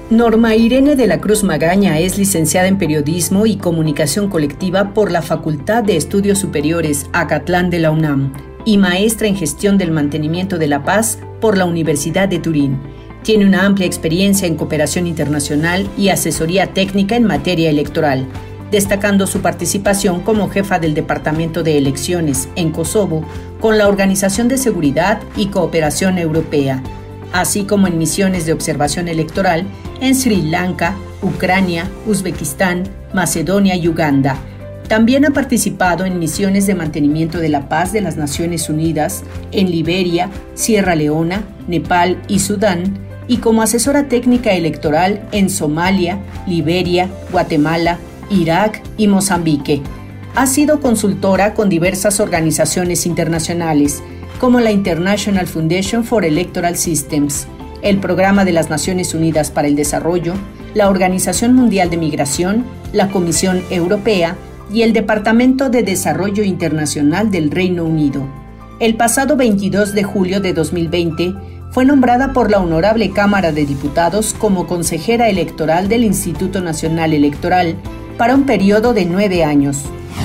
Norma Irene de la Cruz Magaña es licenciada en Periodismo y Comunicación Colectiva por la Facultad de Estudios Superiores Acatlán de la UNAM y maestra en Gestión del Mantenimiento de la Paz por la Universidad de Turín. Tiene una amplia experiencia en cooperación internacional y asesoría técnica en materia electoral, destacando su participación como jefa del Departamento de Elecciones en Kosovo con la Organización de Seguridad y Cooperación Europea, así como en misiones de observación electoral en Sri Lanka, Ucrania, Uzbekistán, Macedonia y Uganda. También ha participado en misiones de mantenimiento de la paz de las Naciones Unidas en Liberia, Sierra Leona, Nepal y Sudán, y como asesora técnica electoral en Somalia, Liberia, Guatemala, Irak y Mozambique. Ha sido consultora con diversas organizaciones internacionales, como la International Foundation for Electoral Systems, el Programa de las Naciones Unidas para el Desarrollo, la Organización Mundial de Migración, la Comisión Europea y el Departamento de Desarrollo Internacional del Reino Unido. El pasado 22 de julio de 2020 fue nombrada por la Honorable Cámara de Diputados como consejera electoral del Instituto Nacional Electoral para un periodo de 9 años.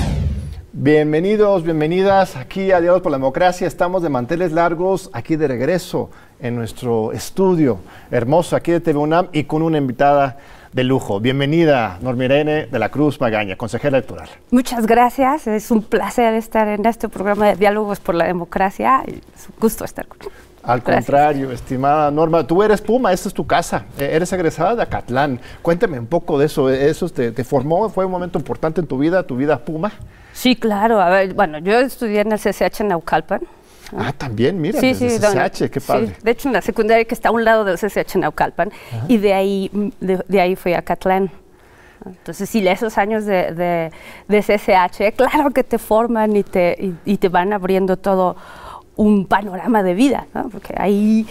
Bienvenidos, bienvenidas aquí a Diálogos por la Democracia. Estamos de manteles largos aquí de regreso en nuestro estudio hermoso aquí de TV UNAM y con una invitada de lujo. Bienvenida, Norma Irene de la Cruz Magaña, consejera electoral. Muchas gracias, es un placer estar en este programa de Diálogos por la Democracia. Es un gusto estar con ustedes. Al contrario, estimada Norma, tú eres Puma, esta es tu casa, eres egresada de Acatlán. Cuéntame un poco de eso, ¿eso te formó? ¿Fue un momento importante en tu vida Puma? Sí, claro. A ver, bueno, yo estudié en el CCH en Naucalpan. Ah, también, mira, sí, desde CCH, qué padre. Sí, de hecho en la secundaria que está a un lado del CCH en Naucalpan, y de ahí fui a Acatlán. Entonces, sí, esos años de CCH, claro que te forman y te van abriendo todo un panorama de vida, ¿no? Porque ahí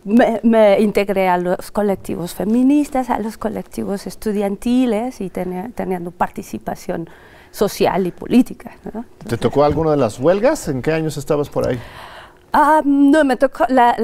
me integré a los colectivos feministas, a los colectivos estudiantiles y teniendo participación social y política, ¿no? Entonces, ¿te tocó alguna de las huelgas? ¿En qué años estabas por ahí? No, me tocó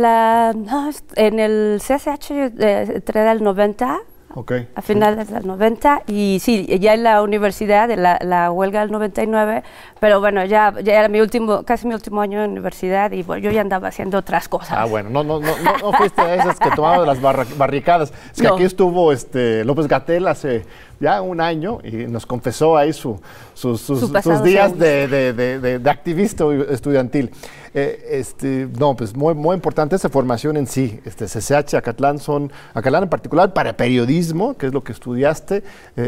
en el CCH entré del 90, okay, a finales del 90, y sí, ya en la universidad, de la huelga del 99, pero bueno, ya era casi mi último año en universidad y bueno, yo ya andaba haciendo otras cosas. Ah, bueno, no fuiste a esas que tomaban de las barricadas. Es que aquí estuvo López-Gatell hace ya un año y nos confesó ahí sus días de activista estudiantil. Pues muy importante esa formación en sí. CCH, Acatlán en particular, para periodismo, que es lo que estudiaste.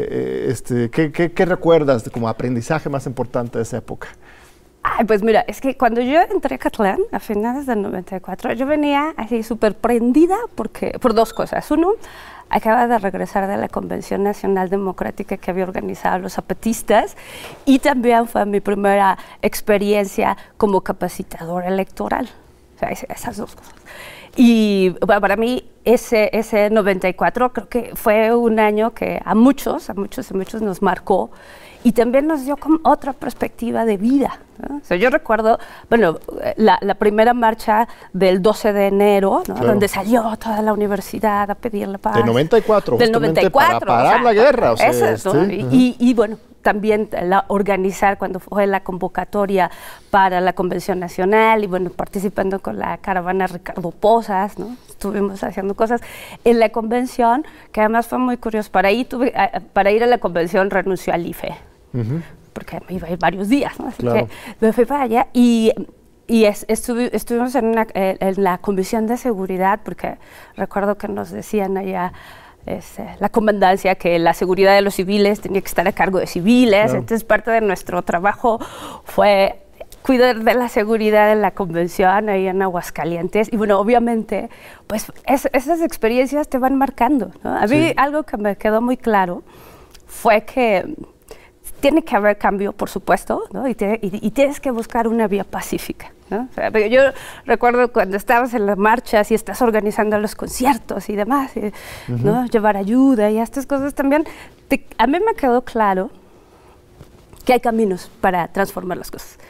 ¿Qué recuerdas como aprendizaje más importante de esa época? Ay, pues mira, es que cuando yo entré a Acatlán, a finales del 94, yo venía así súper prendida por dos cosas. Uno, acaba de regresar de la Convención Nacional Democrática que había organizado los zapatistas y también fue mi primera experiencia como capacitadora electoral. O sea, esas dos cosas. Y bueno, para mí ese 94 creo que fue un año que a muchos nos marcó y también nos dio como otra perspectiva de vida, ¿no? O sea, yo recuerdo, bueno, la primera marcha del 12 de enero, ¿no? Claro. Donde salió toda la universidad a pedir la paz. Del 94, del 94, para parar la guerra. O sea, eso, ¿no? Y bueno, también organizar cuando fue la convocatoria para la Convención Nacional y bueno, participando con la caravana Ricardo Posas, ¿no? Estuvimos haciendo cosas en la convención, que además fue muy curioso. Para ir a la convención renunció al IFE, porque me iba a ir varios días, ¿no? Así que me fui para allá y estuvimos en la Comisión de Seguridad, porque recuerdo que nos decían allá la comandancia que la seguridad de los civiles tenía que estar a cargo de civiles. Claro. Entonces parte de nuestro trabajo fue cuidar de la seguridad en la convención ahí en Aguascalientes y bueno, obviamente pues esas experiencias te van marcando, ¿no? A mí algo que me quedó muy claro fue que tiene que haber cambio, por supuesto, ¿no? Y tienes que buscar una vía pacífica, ¿no? O sea, yo recuerdo cuando estabas en las marchas y estás organizando los conciertos y demás, ¿no? Llevar ayuda y estas cosas también. A mí me quedó claro que hay caminos para transformar las cosas.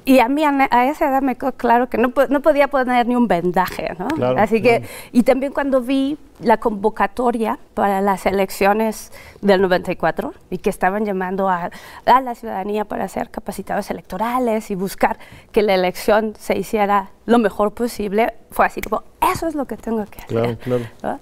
Y a mí a esa edad me quedó claro que no podía poner ni un vendaje, ¿no? Claro, Así que, y también cuando vi la convocatoria para las elecciones del 94 y que estaban llamando a la ciudadanía para ser capacitados electorales y buscar que la elección se hiciera lo mejor posible, fue así como, eso es lo que tengo que hacer. Claro. ¿No?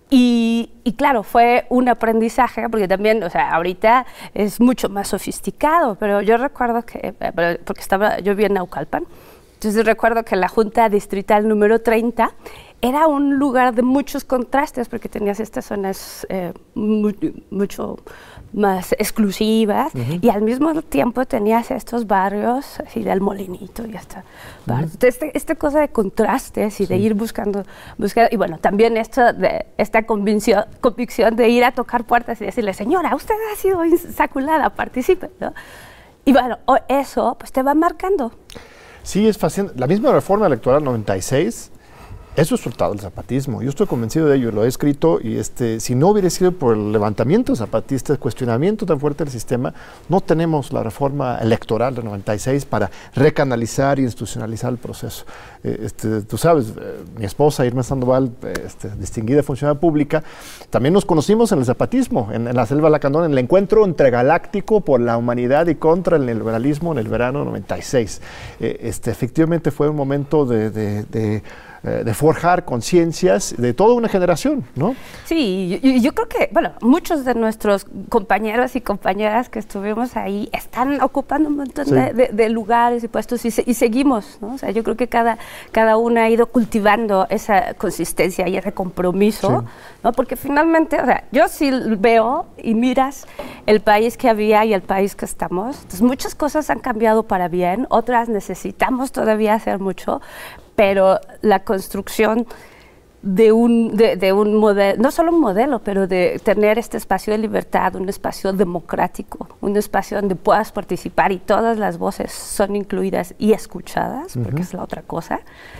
Y claro, fue un aprendizaje, porque también, o sea, ahorita es mucho más sofisticado, pero yo recuerdo que, porque yo vivía en Naucalpan, entonces recuerdo que la Junta Distrital número 30 era un lugar de muchos contrastes, porque tenías estas zonas mucho más exclusivas, y al mismo tiempo tenías estos barrios así del Molinito y hasta entonces esta cosa de contrastes y de ir buscando, y bueno, también esta convicción de ir a tocar puertas y decirle, señora, usted ha sido insaculada, participe, ¿no? Y bueno, eso pues te va marcando. Sí, es fascinante. La misma reforma electoral 96 es resultado del zapatismo. Yo estoy convencido de ello, lo he escrito, y si no hubiera sido por el levantamiento zapatista, el cuestionamiento tan fuerte del sistema, no tenemos la reforma electoral de 96 para recanalizar e institucionalizar el proceso. Tú sabes, mi esposa Irma Sandoval, distinguida funcionaria pública, también nos conocimos en el zapatismo, en la Selva Lacandón, en el encuentro entregaláctico por la humanidad y contra el neoliberalismo en el verano 96. Efectivamente fue un momento de forjar conciencias de toda una generación, ¿no? Sí, yo creo que, bueno, muchos de nuestros compañeros y compañeras que estuvimos ahí están ocupando un montón de lugares y puestos y seguimos, ¿no? O sea, yo creo que cada una ha ido cultivando esa consistencia y ese compromiso, ¿no? Porque finalmente, o sea, yo sí veo y miras el país que había y el país que estamos, entonces muchas cosas han cambiado para bien, otras necesitamos todavía hacer mucho, pero la construcción de un modelo, no solo un modelo, pero de tener este espacio de libertad, un espacio democrático, un espacio donde puedas participar y todas las voces son incluidas y escuchadas, porque es la otra cosa,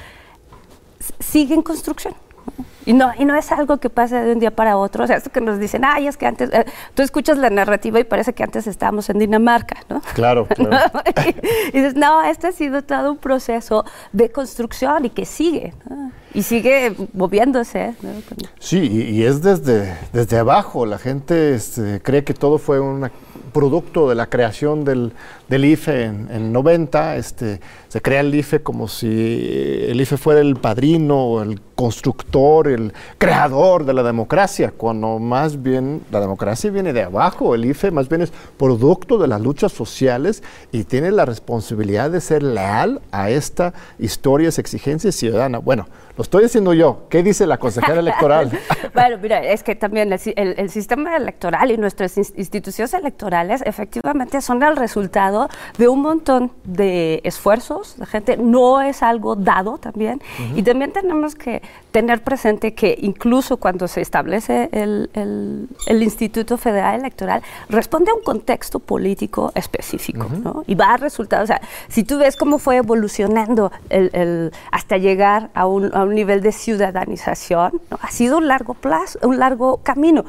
sigue en construcción. Y no es algo que pase de un día para otro. O sea, esto que nos dicen, es que antes, tú escuchas la narrativa y parece que antes estábamos en Dinamarca, ¿no? Claro. ¿No? Y dices, no, este ha sido todo un proceso de construcción y que sigue, ¿no? Y sigue moviéndose, ¿no? Sí, y es desde abajo. La gente cree que todo fue un producto de la creación del IFE en 90. Se crea el IFE como si el IFE fuera el padrino, el constructor, el creador de la democracia, cuando más bien la democracia viene de abajo. El IFE más bien es producto de las luchas sociales y tiene la responsabilidad de ser leal a esta historia, esa exigencia ciudadana. Bueno, lo estoy diciendo yo. ¿Qué dice la consejera electoral? Bueno, mira, es que también el sistema electoral y nuestras instituciones electorales efectivamente son el resultado de un montón de esfuerzos. La gente no es algo dado también. Y también tenemos que tener presente que incluso cuando se establece el Instituto Federal Electoral, responde a un contexto político específico, ¿no? Y va a resultar, o sea, si tú ves cómo fue evolucionando hasta llegar a un nivel de ciudadanización, ¿no? Ha sido un largo camino.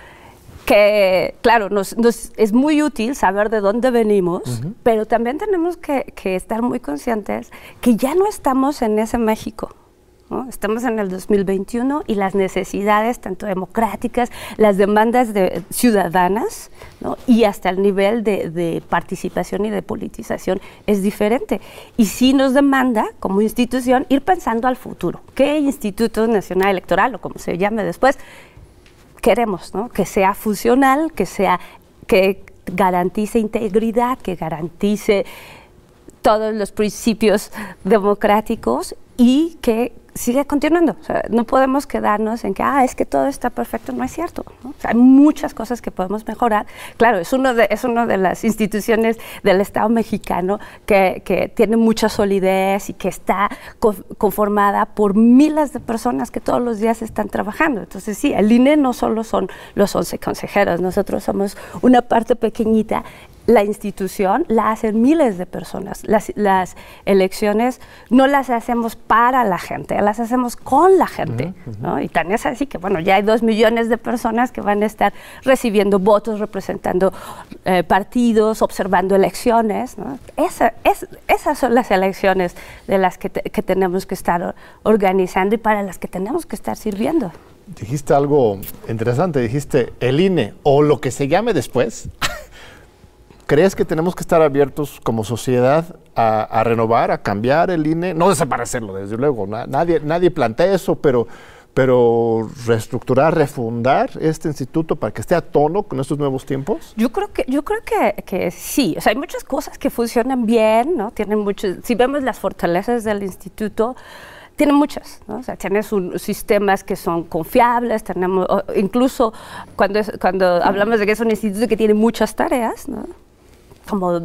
Que, claro, es muy útil saber de dónde venimos, pero también tenemos que estar muy conscientes que ya no estamos en ese México, ¿no? Estamos en el 2021 y las necesidades, tanto democráticas, las demandas ciudadanas, ¿no? Y hasta el nivel de participación y de politización es diferente. Y sí nos demanda, como institución, ir pensando al futuro. ¿Qué Instituto Nacional Electoral, o como se llame después, queremos, ¿no? Que sea funcional, que garantice integridad, que garantice todos los principios democráticos y que siga continuando. O sea, no podemos quedarnos en que es que todo está perfecto. No es cierto, ¿no? O sea, hay muchas cosas que podemos mejorar. Claro, es una de las instituciones del Estado mexicano que tiene mucha solidez y que está conformada por miles de personas que todos los días están trabajando. Entonces sí, el INE no solo son los 11 consejeros, nosotros somos una parte pequeñita. La institución la hacen miles de personas. Las elecciones no las hacemos para la gente, las hacemos con la gente, ¿no? Y tan es así que, bueno, ya hay 2 millones de personas que van a estar recibiendo votos, representando partidos, observando elecciones, ¿no? Esas son las elecciones de las que tenemos que estar organizando y para las que tenemos que estar sirviendo. Dijiste algo interesante, dijiste el INE o lo que se llame después. ¿Crees que tenemos que estar abiertos como sociedad a renovar, a cambiar el INE? No desaparecerlo, desde luego, nadie plantea eso, pero reestructurar, refundar este instituto para que esté a tono con estos nuevos tiempos. Yo creo que sí, o sea, hay muchas cosas que funcionan bien, ¿no? Tienen muchos, si vemos las fortalezas del instituto, tienen muchas, ¿no? O sea, tienes sistemas que son confiables, tenemos, incluso cuando hablamos de que es un instituto que tiene muchas tareas, ¿no? Como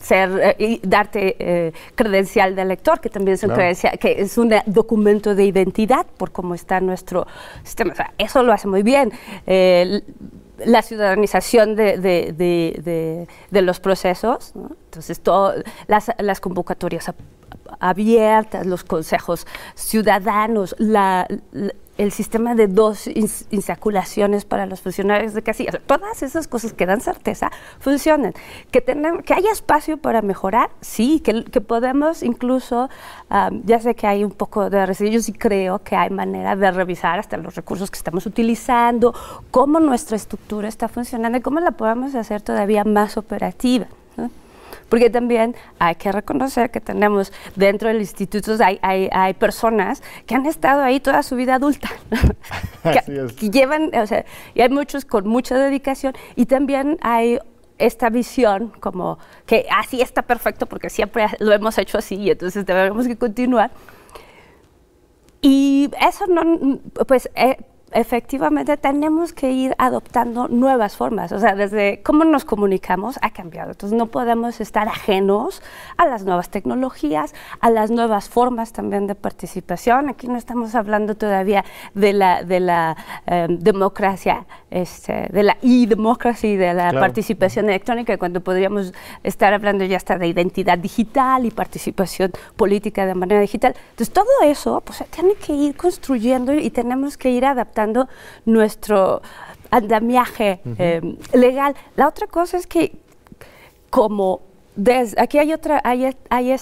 darte credencial de elector, que también es, que es un documento de identidad por cómo está nuestro sistema. O sea, eso lo hace muy bien. La ciudadanización de los procesos, ¿no? Entonces, las convocatorias abiertas, los consejos ciudadanos, el sistema de 2 insaculaciones para los funcionarios de casilla, todas esas cosas que dan certeza funcionan. Que haya espacio para mejorar, sí, que podemos incluso, ya sé que hay un poco de residuos, yo sí creo que hay manera de revisar hasta los recursos que estamos utilizando, cómo nuestra estructura está funcionando y cómo la podemos hacer todavía más operativa, ¿no? Porque también hay que reconocer que tenemos dentro del instituto, hay personas que han estado ahí toda su vida adulta, que llevan, o sea, y hay muchos con mucha dedicación, y también hay esta visión como que así está perfecto porque siempre lo hemos hecho así y entonces debemos que continuar. Y eso no, pues efectivamente tenemos que ir adoptando nuevas formas, o sea, desde cómo nos comunicamos ha cambiado, entonces no podemos estar ajenos a las nuevas tecnologías, a las nuevas formas también de participación. Aquí no estamos hablando todavía de la democracia, de la e-democracia y de la participación electrónica, cuando podríamos estar hablando ya hasta de identidad digital y participación política de manera digital. Entonces todo eso pues se tiene que ir construyendo y tenemos que ir adaptando nuestro andamiaje legal. La otra cosa es que aquí hay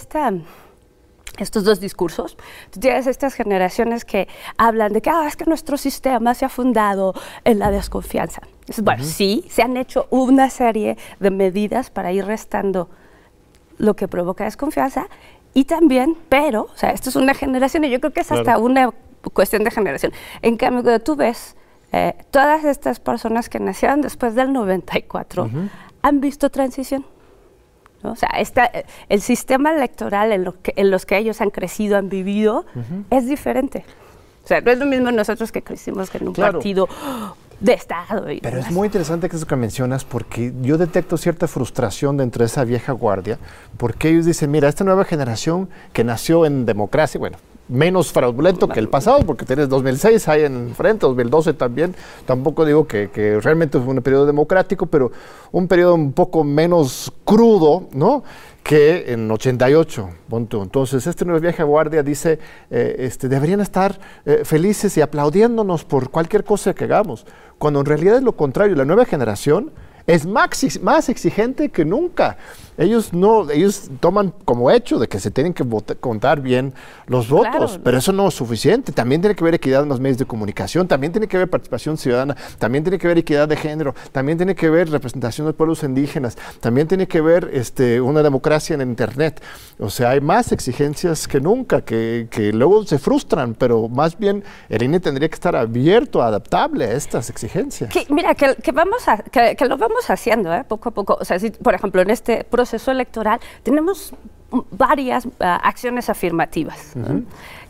estos 2 discursos. Tú tienes estas generaciones que hablan de que es que nuestro sistema se ha fundado en la desconfianza. Entonces, bueno, sí, se han hecho una serie de medidas para ir restando lo que provoca desconfianza y también, pero, o sea, esto es una generación y yo creo que es hasta una cuestión de generación. En cambio, cuando tú ves todas estas personas que nacieron después del 94 han visto transición, ¿no? O sea, el sistema electoral en los que ellos han crecido, han vivido, es diferente. O sea, no es lo mismo nosotros que crecimos en un partido de Estado. Pero es muy interesante que eso que mencionas, porque yo detecto cierta frustración dentro de esa vieja guardia, porque ellos dicen, mira, esta nueva generación que nació en democracia, bueno, menos fraudulento que el pasado, porque tienes 2006 ahí enfrente, 2012 también, tampoco digo que realmente fue un periodo democrático, pero un periodo un poco menos crudo, ¿no?, que en 88, punto. Entonces, este nuevo vieja guardia dice, deberían estar felices y aplaudiéndonos por cualquier cosa que hagamos, cuando en realidad es lo contrario. La nueva generación es más exigente que nunca. Ellos toman como hecho de que se tienen que contar bien los votos, pero eso no es suficiente. También tiene que haber equidad en los medios de comunicación, también tiene que haber participación ciudadana, también tiene que haber equidad de género, también tiene que haber representación de pueblos indígenas, también tiene que haber una democracia en Internet. O sea, hay más exigencias que nunca, que luego se frustran, pero más bien el INE tendría que estar abierto, adaptable a estas exigencias. Mira, que lo vamos haciendo, poco a poco. O sea, si, por ejemplo, en este proceso electoral tenemos varias acciones afirmativas, ¿no?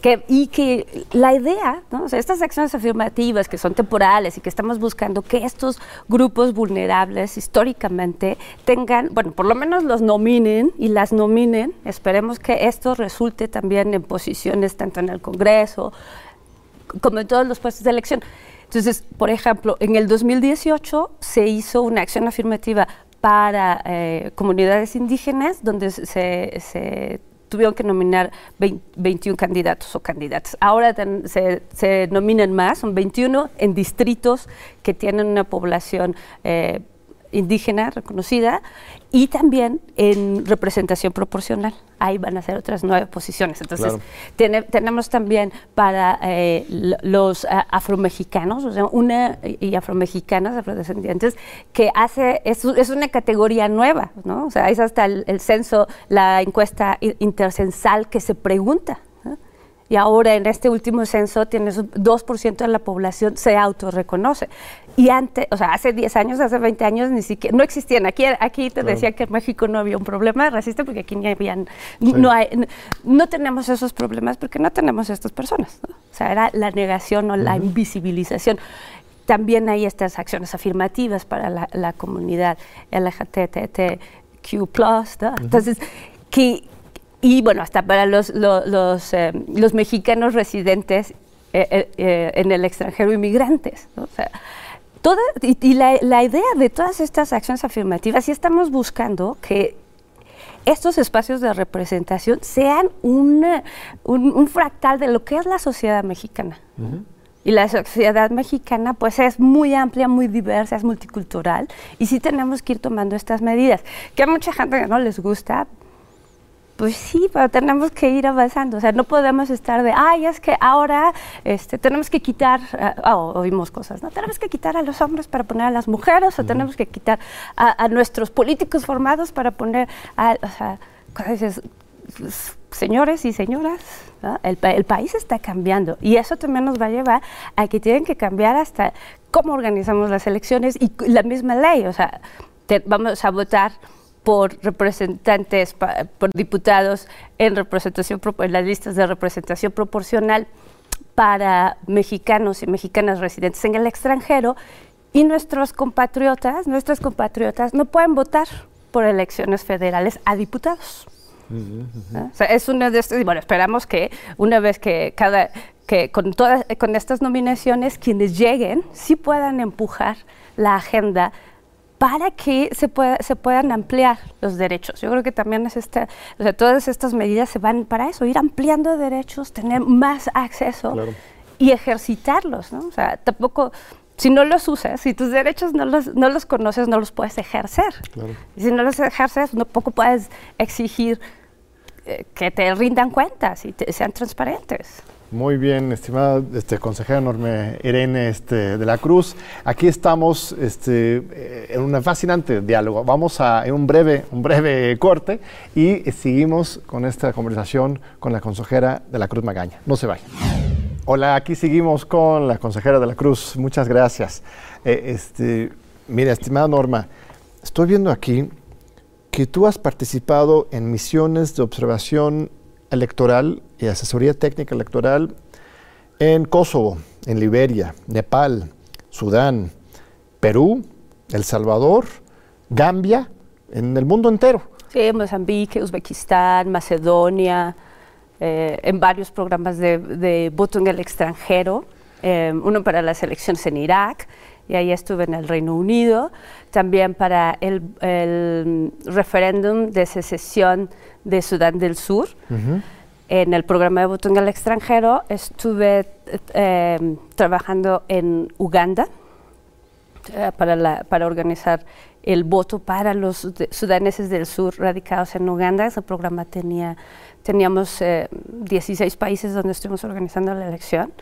que la idea, ¿no? O sea, estas acciones afirmativas que son temporales y que estamos buscando que estos grupos vulnerables históricamente tengan, bueno, por lo menos los nominen y las nominen. Esperemos que esto resulte también en posiciones tanto en el Congreso como en todos los puestos de elección. Entonces, por ejemplo, en el 2018 se hizo una acción afirmativa para comunidades indígenas donde se tuvieron que nominar 21 candidatos o candidatas. Ahora se nominan más, son 21 en distritos que tienen una población indígena reconocida y también en representación proporcional. Ahí van a ser otras 9 posiciones. Entonces, tenemos también para los afromexicanos, o sea, y afromexicanas, afrodescendientes, que es una categoría nueva, ¿no? O sea, es hasta el censo, la encuesta intercensal que se pregunta, ¿no? Y ahora en este último censo tienes 2% de la población se autorreconoce. Y antes, o sea, hace 10 años, hace 20 años, ni siquiera, no existían. Aquí te decía que en México no había un problema racista porque aquí no tenemos esos problemas porque no tenemos estas personas, ¿no? O sea, era la negación o la invisibilización. También hay estas acciones afirmativas para la comunidad LGBTQ+, ¿no? Entonces, y bueno, hasta para los mexicanos residentes en el extranjero, inmigrantes, ¿no? O sea, la idea de todas estas acciones afirmativas, sí estamos buscando que estos espacios de representación sean un fractal de lo que es la sociedad mexicana. Y la sociedad mexicana pues es muy amplia, muy diversa, es multicultural, y sí tenemos que ir tomando estas medidas, que a mucha gente que no les gusta. Pues sí, pero tenemos que ir avanzando, o sea, no podemos estar es que ahora tenemos que quitar, oímos cosas, ¿no? Tenemos que quitar a los hombres para poner a las mujeres, o tenemos que quitar a nuestros políticos formados para poner o sea, dices, señores y señoras, ¿no? El país está cambiando, y eso también nos va a llevar a que tienen que cambiar hasta cómo organizamos las elecciones y la misma ley, o sea, vamos a votar por representantes, por diputados en las listas de representación proporcional para mexicanos y mexicanas residentes en el extranjero, y nuestras compatriotas no pueden votar por elecciones federales a diputados. ¿No? O sea, es uno de estos, y bueno, esperamos que una vez que con estas nominaciones quienes lleguen sí puedan empujar la agenda para que se puedan ampliar los derechos. Yo creo que también todas estas medidas se van para eso, ir ampliando derechos, tener más acceso y ejercitarlos, ¿no? O sea, tampoco, si no los usas, si tus derechos no los conoces, no los puedes ejercer. Y si no los ejerces, tampoco puedes exigir que te rindan cuentas y sean transparentes. Muy bien, estimada consejera Norma Irene de la Cruz. Aquí estamos en un fascinante diálogo. Vamos a un breve corte y seguimos con esta conversación con la consejera de la Cruz Magaña. No se vayan. Hola, aquí seguimos con la consejera de la Cruz. Muchas gracias. Mira, estimada Norma, estoy viendo aquí que tú has participado en misiones de observación electoral y asesoría técnica electoral en Kosovo, en Liberia, Nepal, Sudán, Perú, El Salvador, Gambia, en el mundo entero. Sí, Mozambique, Uzbekistán, Macedonia, en varios programas de voto en el extranjero, uno para las elecciones en Irak, y ahí estuve en el Reino Unido, también para el referéndum de secesión de Sudán del Sur. En el programa de voto en el extranjero estuve trabajando en Uganda para organizar el voto para los sudaneses del sur radicados en Uganda. Ese programa teníamos 16 países donde estuvimos organizando la elección.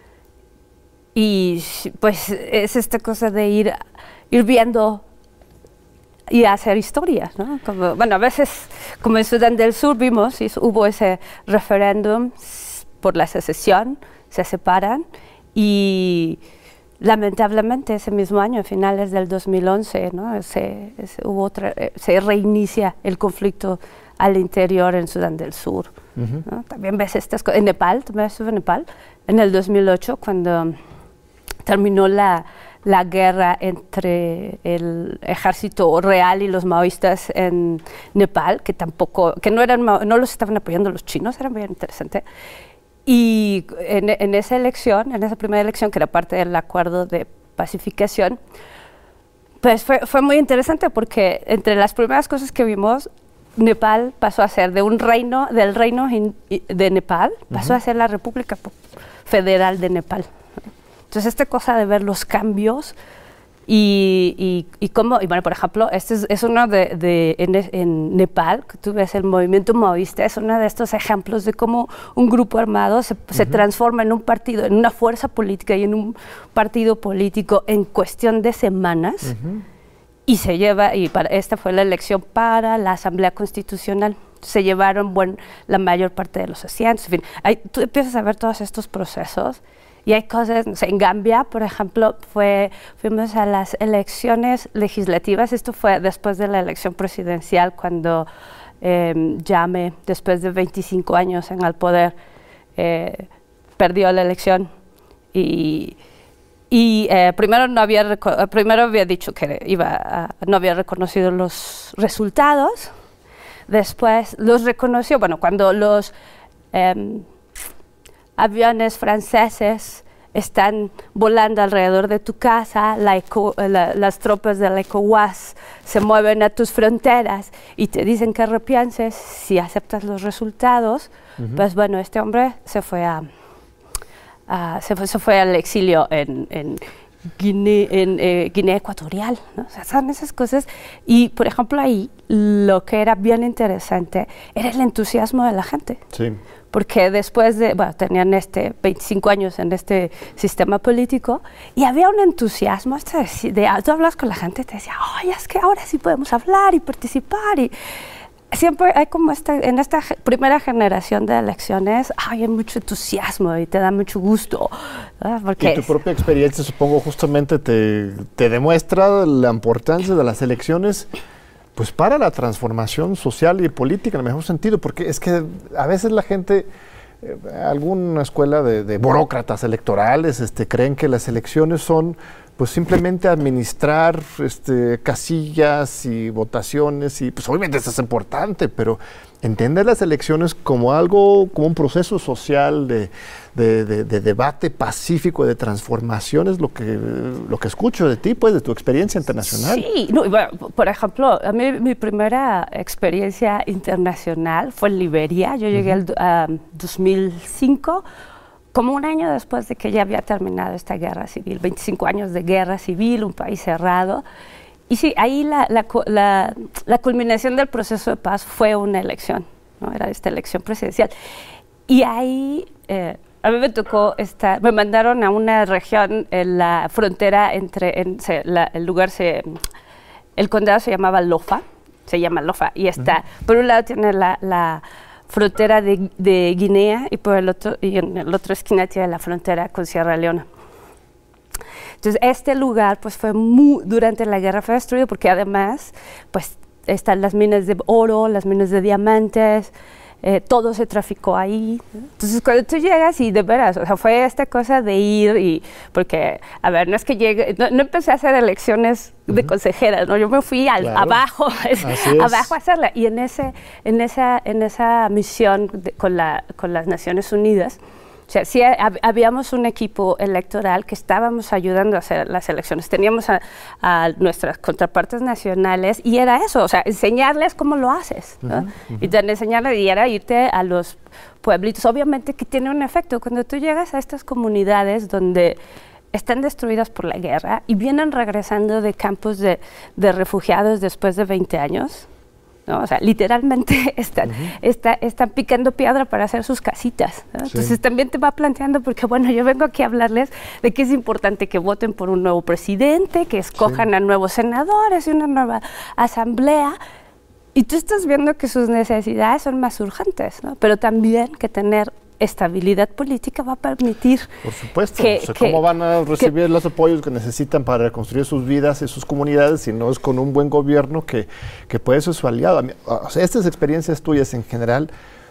Y pues es esta cosa de ir viendo y hacer historia, ¿no? A veces, como en Sudán del Sur vimos, hubo ese referéndum por la secesión, se separan, y lamentablemente ese mismo año, a finales del 2011, ¿no? se reinicia el conflicto al interior en Sudán del Sur. ¿No? También ves estas cosas. En Nepal, también estuve en Nepal, en el 2008, cuando terminó la guerra entre el ejército real y los maoístas en Nepal, que no los estaban apoyando los chinos, era muy interesante. Y en esa primera elección, que era parte del acuerdo de pacificación, pues fue muy interesante porque entre las primeras cosas que vimos, Nepal pasó a ser del reino de Nepal, pasó a ser la República Federal de Nepal. Entonces, esta cosa de ver los cambios y cómo, y bueno, por ejemplo, este es uno en Nepal, que tú ves el movimiento maoísta, es uno de estos ejemplos de cómo un grupo armado se transforma en un partido, en una fuerza política y en un partido político en cuestión de semanas, y se lleva, esta fue la elección para la Asamblea Constitucional. Se llevaron la mayor parte de los asientos, en fin, tú empiezas a ver todos estos procesos. Y hay cosas, no sé, en Gambia, por ejemplo, fuimos a las elecciones legislativas. Esto fue después de la elección presidencial, cuando Jammeh, después de 25 años en el poder, perdió la elección. Primero había dicho que no había reconocido los resultados. Después los reconoció, bueno, cuando los aviones franceses están volando alrededor de tu casa, las tropas de la ECOWAS se mueven a tus fronteras y te dicen que repienses si aceptas los resultados, pues bueno, este hombre se fue al exilio en Guinea Ecuatorial, ¿no? O sea, son esas cosas. Y, por ejemplo, ahí lo que era bien interesante era el entusiasmo de la gente. Sí. Porque después tenían 25 años en este sistema político y había un entusiasmo, tú hablas con la gente y te decía, oye, es que ahora sí podemos hablar y participar. Y siempre hay como en esta primera generación de elecciones, hay mucho entusiasmo y te da mucho gusto. Y tu propia experiencia, supongo, justamente te demuestra la importancia de las elecciones, pues para la transformación social y política en el mejor sentido, porque es que a veces la gente, alguna escuela de burócratas electorales, creen que las elecciones son pues simplemente administrar casillas y votaciones, y pues obviamente eso es importante, pero entender las elecciones como algo, como un proceso social de debate pacífico, de transformación, es lo que escucho de ti, pues, de tu experiencia internacional. Sí, no, bueno, por ejemplo, a mí mi primera experiencia internacional fue en Liberia. Yo llegué en 2005, como un año después de que ya había terminado esta guerra civil, 25 años de guerra civil, un país cerrado. Y sí, ahí la culminación del proceso de paz fue una elección, ¿no? Era esta elección presidencial. Y ahí a mí me tocó me mandaron a una región en la frontera el condado se llamaba Lofa, y está, por un lado tiene la frontera de Guinea y en la otra esquina tiene la frontera con Sierra Leona. Entonces, este lugar pues durante la guerra fue destruido porque además pues están las minas de oro, las minas de diamantes, todo se traficó ahí. Entonces, cuando tú llegas y de veras, o sea, fue esta cosa de ir porque, a ver, no es que llegue, no empecé a hacer elecciones de consejera, ¿no? Yo me fui abajo, abajo a hacerla. Y en esa misión con las Naciones Unidas, o sea, sí habíamos un equipo electoral que estábamos ayudando a hacer las elecciones. Teníamos a nuestras contrapartes nacionales y era eso, o sea, enseñarles cómo lo haces, ¿no? Y enseñarles, y era irte a los pueblitos. Obviamente que tiene un efecto. Cuando tú llegas a estas comunidades donde están destruidas por la guerra y vienen regresando de campos de refugiados después de 20 años, ¿no? O sea, literalmente están picando piedra para hacer sus casitas, ¿no? Sí. Entonces también te va planteando, porque bueno, yo vengo aquí a hablarles de que es importante que voten por un nuevo presidente, que escojan a nuevos senadores y una nueva asamblea, y tú estás viendo que sus necesidades son más urgentes, ¿no? Pero también que tener estabilidad política va a permitir. Por supuesto, ¿cómo van a recibir los apoyos que necesitan para reconstruir sus vidas y sus comunidades si no es con un buen gobierno que puede ser su aliado? O sea, estas experiencias tuyas en general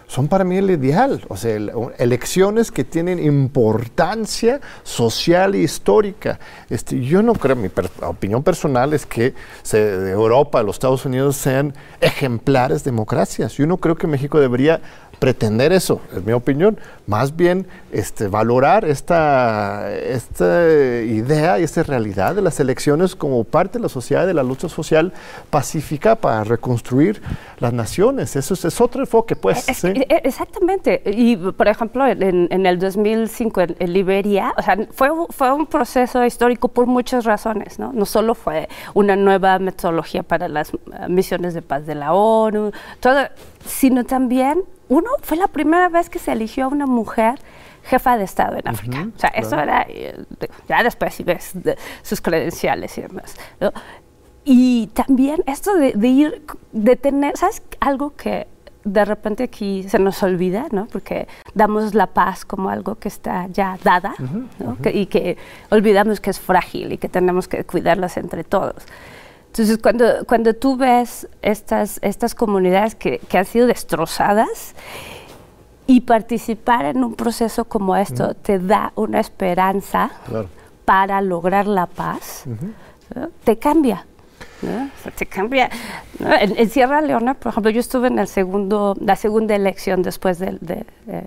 son para mí el ideal. O sea, elecciones que tienen importancia social e histórica. Yo no creo, mi opinión personal es que de Europa, los Estados Unidos sean ejemplares democracias. Yo no creo que México debería pretender eso, es mi opinión. Más bien valorar esta idea y esta realidad de las elecciones como parte de la sociedad, de la lucha social pacífica para reconstruir las naciones. Eso es otro enfoque, pues. ¿Sí? Exactamente. Y, por ejemplo, en el 2005 en Liberia, o sea, fue un proceso histórico por muchas razones, ¿no? No solo fue una nueva metodología para las misiones de paz de la ONU, sino también fue la primera vez que se eligió a una mujer jefa de Estado en África. O sea, eso era, ya después si ves sus credenciales y demás, ¿no? Y también esto de tener, ¿sabes? Algo que de repente aquí se nos olvida, ¿no? Porque damos la paz como algo que está ya dada, ¿no? Y que olvidamos que es frágil y que tenemos que cuidarlas entre todos. Entonces, cuando tú ves estas comunidades que han sido destrozadas y participar en un proceso como esto te da una esperanza para lograr la paz, ¿no? Te cambia. ¿No? O sea, te cambia, ¿no? En Sierra Leona, por ejemplo, yo estuve en la segunda elección después de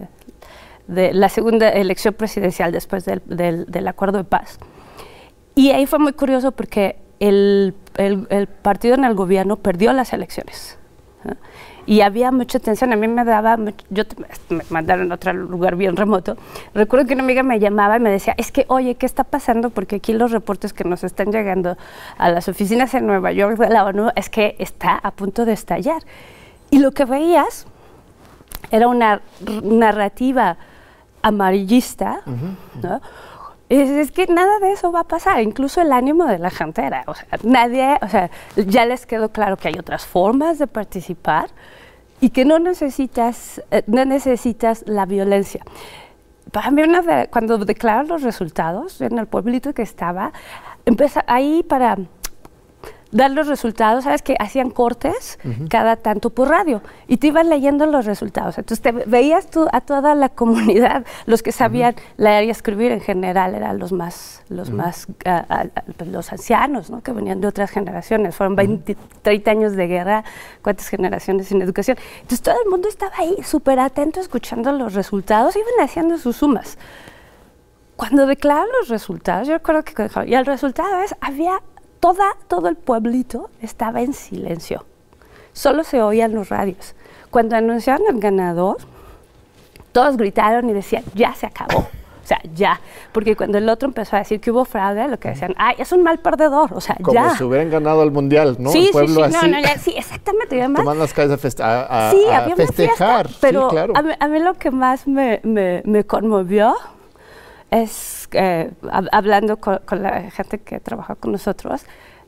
la segunda elección presidencial después del acuerdo de paz. Y ahí fue muy curioso porque el partido en el gobierno perdió las elecciones, ¿no? Y había mucha tensión. A mí me mandaron a otro lugar bien remoto. Recuerdo que una amiga me llamaba y me decía, es que, oye, ¿qué está pasando? Porque aquí los reportes que nos están llegando a las oficinas en Nueva York de la ONU es que está a punto de estallar. Y lo que veías era una narrativa amarillista, ¿no? Es que nada de eso va a pasar, incluso el ánimo de la gente era, ya les quedó claro que hay otras formas de participar y que no necesitas la violencia. Para mí, cuando declararon los resultados, en el pueblito que estaba, ahí para dar los resultados, ¿sabes? Que hacían cortes cada tanto por radio y te iban leyendo los resultados. Entonces veías tú a toda la comunidad, los que sabían leer y escribir en general eran los ancianos, ¿no? Que venían de otras generaciones. Fueron 20, 30 años de guerra, cuántas generaciones sin educación. Entonces todo el mundo estaba ahí súper atento escuchando los resultados, iban haciendo sus sumas. Cuando declararon los resultados, yo recuerdo que y el resultado todo el pueblito estaba en silencio. Solo se oían los radios. Cuando anunciaron el ganador, todos gritaron y decían, ya se acabó. O sea, ya. Porque cuando el otro empezó a decir que hubo fraude, lo que decían, ay, es un mal perdedor. O sea, como ya. Como si hubieran ganado el mundial, ¿no? Sí, el pueblo sí, así. sí, exactamente. Y además, toman las calles a festejar. Fiesta, pero sí, claro. a mí lo que más me conmovió es, hablando con la gente que trabaja con nosotros,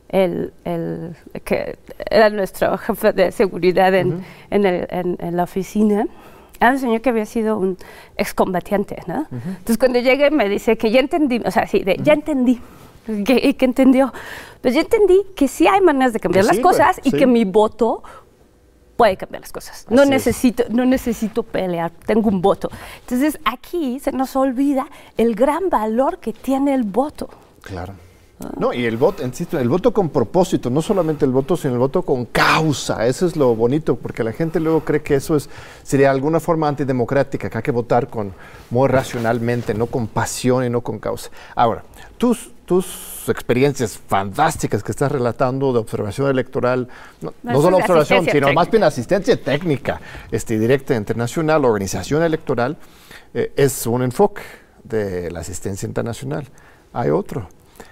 que era nuestro jefe de seguridad en la oficina, era un señor que había sido un excombatiente, ¿no? Entonces cuando llegué me dice que ya entendí, o sea, sí, ya entendí. ¿Qué entendió? Pues yo entendí que sí hay maneras de cambiar las cosas y que mi voto puede cambiar las cosas. No necesito pelear, tengo un voto. Entonces aquí se nos olvida el gran valor que tiene el voto. Claro. No, y el voto, insisto, el voto con propósito, no solamente el voto, sino el voto con causa. Eso es lo bonito, porque la gente luego cree que eso sería alguna forma antidemocrática, que hay que votar muy racionalmente, no con pasión y no con causa. Ahora, tus experiencias fantásticas que estás relatando de observación electoral, no solo observación, sino más bien asistencia técnica, directa internacional, organización electoral, es un enfoque de la asistencia internacional. Hay otro.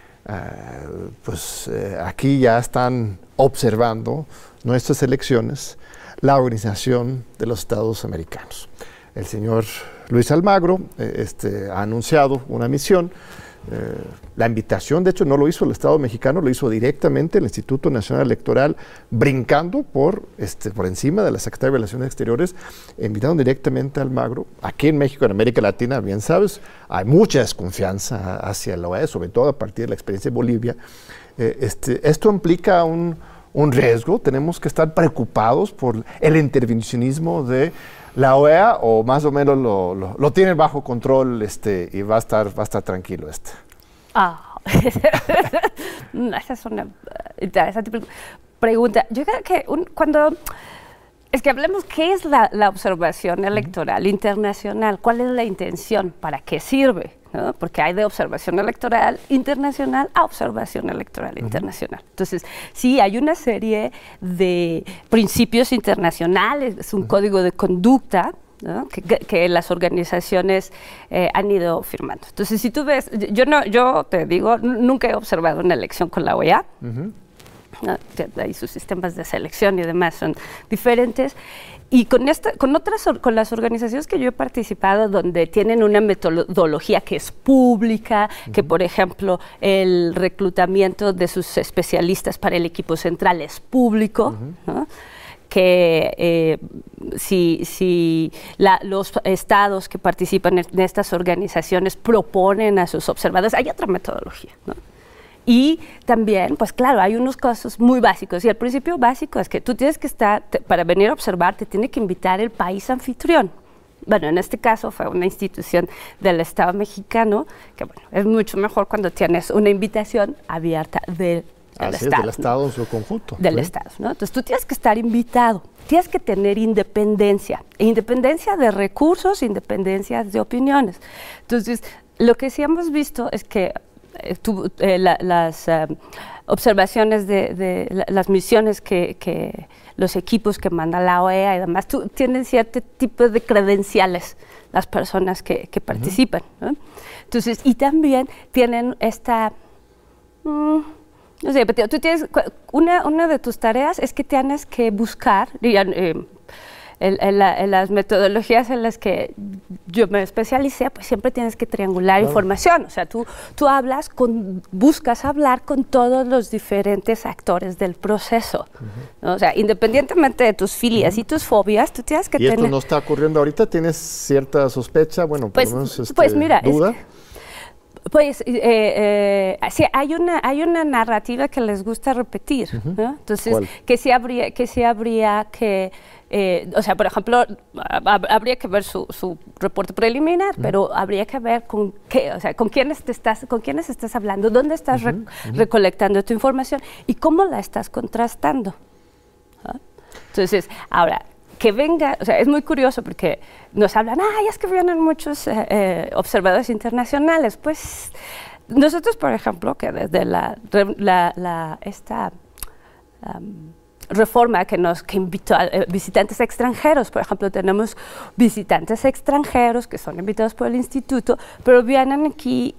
Aquí ya están observando nuestras elecciones la Organización de los Estados Americanos. El señor Luis Almagro ha anunciado una misión. La invitación, de hecho, no lo hizo el Estado mexicano, lo hizo directamente el Instituto Nacional Electoral, brincando por encima de la Secretaría de Relaciones Exteriores, invitaron directamente a Almagro. Aquí en México, en América Latina, bien sabes, hay mucha desconfianza hacia la OEA, sobre todo a partir de la experiencia de Bolivia. Esto implica un riesgo, tenemos que estar preocupados por el intervencionismo de la OEA o más o menos lo tienen bajo control y va a estar tranquilo Esa es una interesante pregunta. Yo creo que es que hablemos qué es la observación electoral internacional, cuál es la intención, para qué sirve, ¿no? Porque hay de observación electoral internacional a observación electoral internacional. Entonces, sí, hay una serie de principios internacionales, es un código de conducta, ¿no? que las organizaciones han ido firmando. Entonces, si tú ves, yo te digo, nunca he observado una elección con la OEA. Ahí sus sistemas de selección y demás son diferentes. Y con las organizaciones que yo he participado, donde tienen una metodología que es pública, que por ejemplo el reclutamiento de sus especialistas para el equipo central es público, ¿no? Que los estados que participan en estas organizaciones proponen a sus observadores, hay otra metodología, ¿no? Y también, pues claro, hay unos casos muy básicos. Y el principio básico es que tú tienes que para venir a observar, te tiene que invitar el país anfitrión. Bueno, en este caso fue una institución del Estado mexicano, que bueno, es mucho mejor cuando tienes una invitación abierta del Estado. Del Estado en su conjunto. Del Estado, ¿no? Entonces tú tienes que estar invitado, tienes que tener independencia. Independencia de recursos, independencia de opiniones. Entonces, lo que sí hemos visto es que las observaciones de las misiones que los equipos que manda la OEA y demás tienen cierto tipo de credenciales las personas que participan, ¿no? Entonces, y también tienen no sé, tú tienes una de tus tareas es que tienes que buscar en las metodologías en las que yo me especialicé, pues siempre tienes que triangular información. O sea, tú buscas hablar con todos los diferentes actores del proceso, ¿no? O sea, independientemente de tus filias y tus fobias, tú tienes que tener... ¿Y esto no está ocurriendo ahorita? ¿Tienes cierta sospecha? Bueno, por lo menos mira, duda. Sí, hay una narrativa que les gusta repetir, ¿no? Entonces, ¿cuál? que sí habría que o sea, por ejemplo, habría que ver su reporte preliminar, pero habría que ver con quiénes estás hablando, dónde estás recolectando tu información y cómo la estás contrastando, ¿no? Entonces, ahora, que venga, o sea, es muy curioso porque nos hablan, es que vienen muchos observadores internacionales. Pues nosotros, por ejemplo, que desde esta reforma que invitó a visitantes extranjeros, por ejemplo, tenemos visitantes extranjeros que son invitados por el instituto, pero vienen aquí,